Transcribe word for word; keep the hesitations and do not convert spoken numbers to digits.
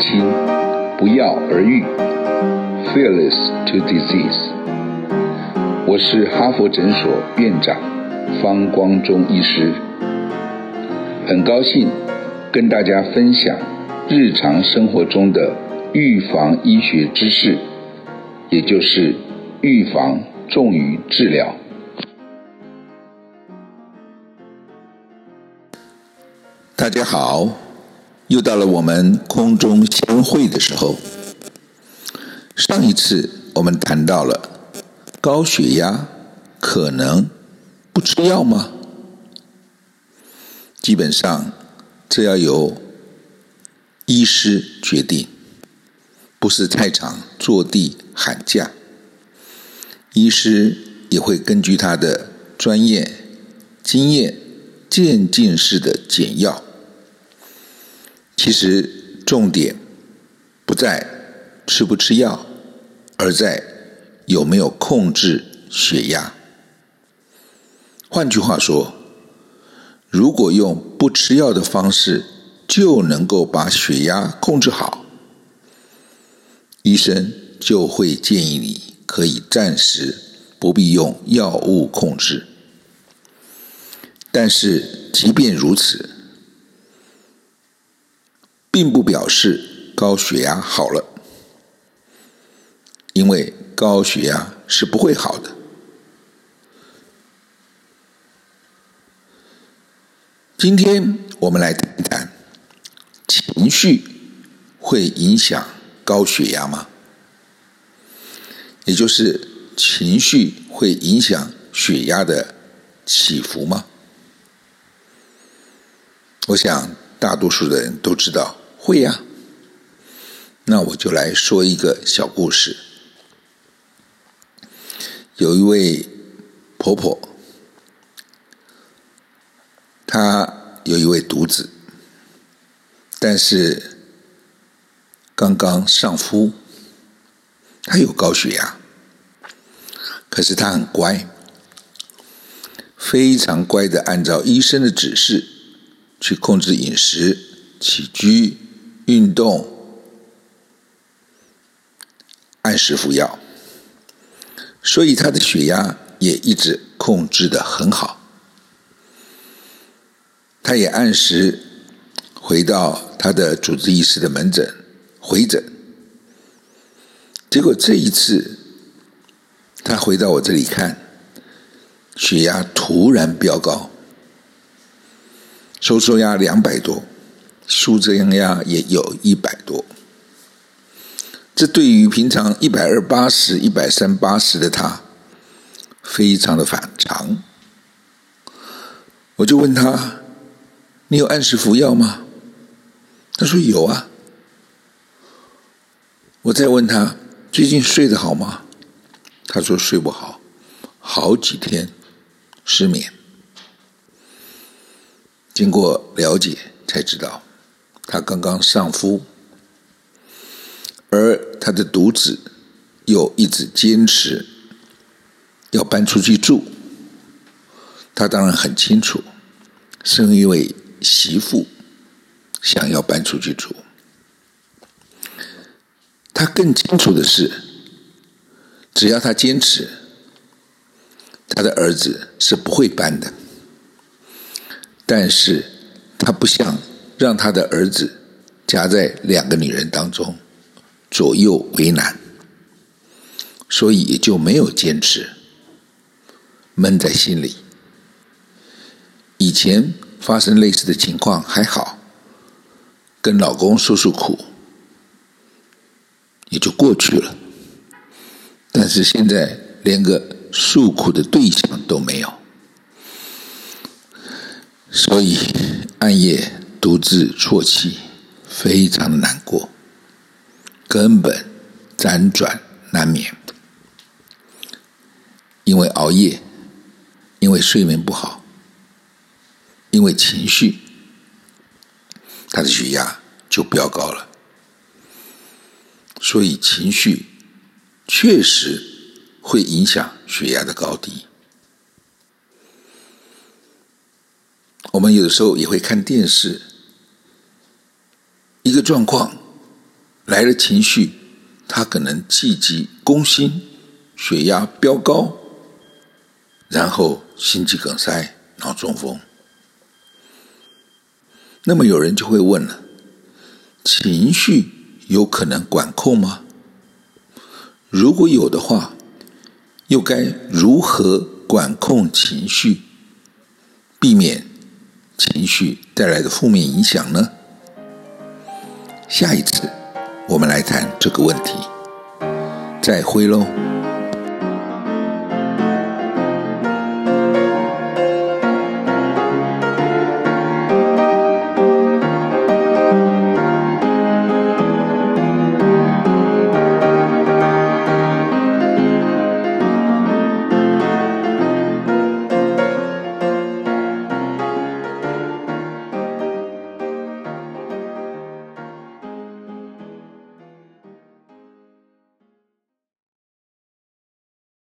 轻，不药而愈 Fearless to Disease。 我是哈佛诊所院长方光宗医师，很高兴跟大家分享日常生活中的预防医学知识，也就是预防重于治疗。大家好，又到了我们空中相会的时候。上一次我们谈到了高血压可能不吃药吗？基本上这要由医师决定，不是太常坐地喊价。医师也会根据他的专业经验渐进式的减药。其实重点不在吃不吃药，而在有没有控制血压。换句话说，如果用不吃药的方式就能够把血压控制好，医生就会建议你可以暂时不必用药物控制。但是即便如此，并不表示高血压好了，因为高血压是不会好的。今天我们来谈一谈，情绪会影响高血压吗？也就是情绪会影响血压的起伏吗？我想大多数的人都知道会呀、啊。那我就来说一个小故事。有一位婆婆，她有一位独子，但是刚刚上夫，她有高血压，可是她很乖，非常乖的按照医生的指示去控制饮食、起居、运动，按时服药，所以他的血压也一直控制得很好。他也按时回到他的主治医师的门诊回诊。结果这一次他回到我这里看，血压突然飙高，收缩压两百多，舒张压也有一百多。这对于平常一百二八十、一百三八十的他，非常的反常。我就问他：“你有按时服药吗？”他说：“有啊。”我再问他：“最近睡得好吗？”他说：“睡不好，好几天失眠。”经过了解才知道，他刚刚丧夫，而他的独子又一直坚持要搬出去住。他当然很清楚，身为一位媳妇想要搬出去住。他更清楚的是，只要他坚持，他的儿子是不会搬的。但是他不想让他的儿子夹在两个女人当中，左右为难，所以也就没有坚持，闷在心里。以前发生类似的情况还好，跟老公诉诉苦也就过去了，但是现在连个诉苦的对象都没有，所以暗夜独自啜泣，非常的难过，根本辗转难眠。因为熬夜，因为睡眠不好，因为情绪，他的血压就飙高了。所以情绪确实会影响血压的高低。我们有的时候也会看电视，一个状况来了情绪，他可能气急攻心，血压飙高，然后心肌梗塞、脑中风。那么有人就会问了，情绪有可能管控吗？如果有的话，又该如何管控情绪，避免情绪带来的负面影响呢？下一次我们来谈这个问题。再会喽。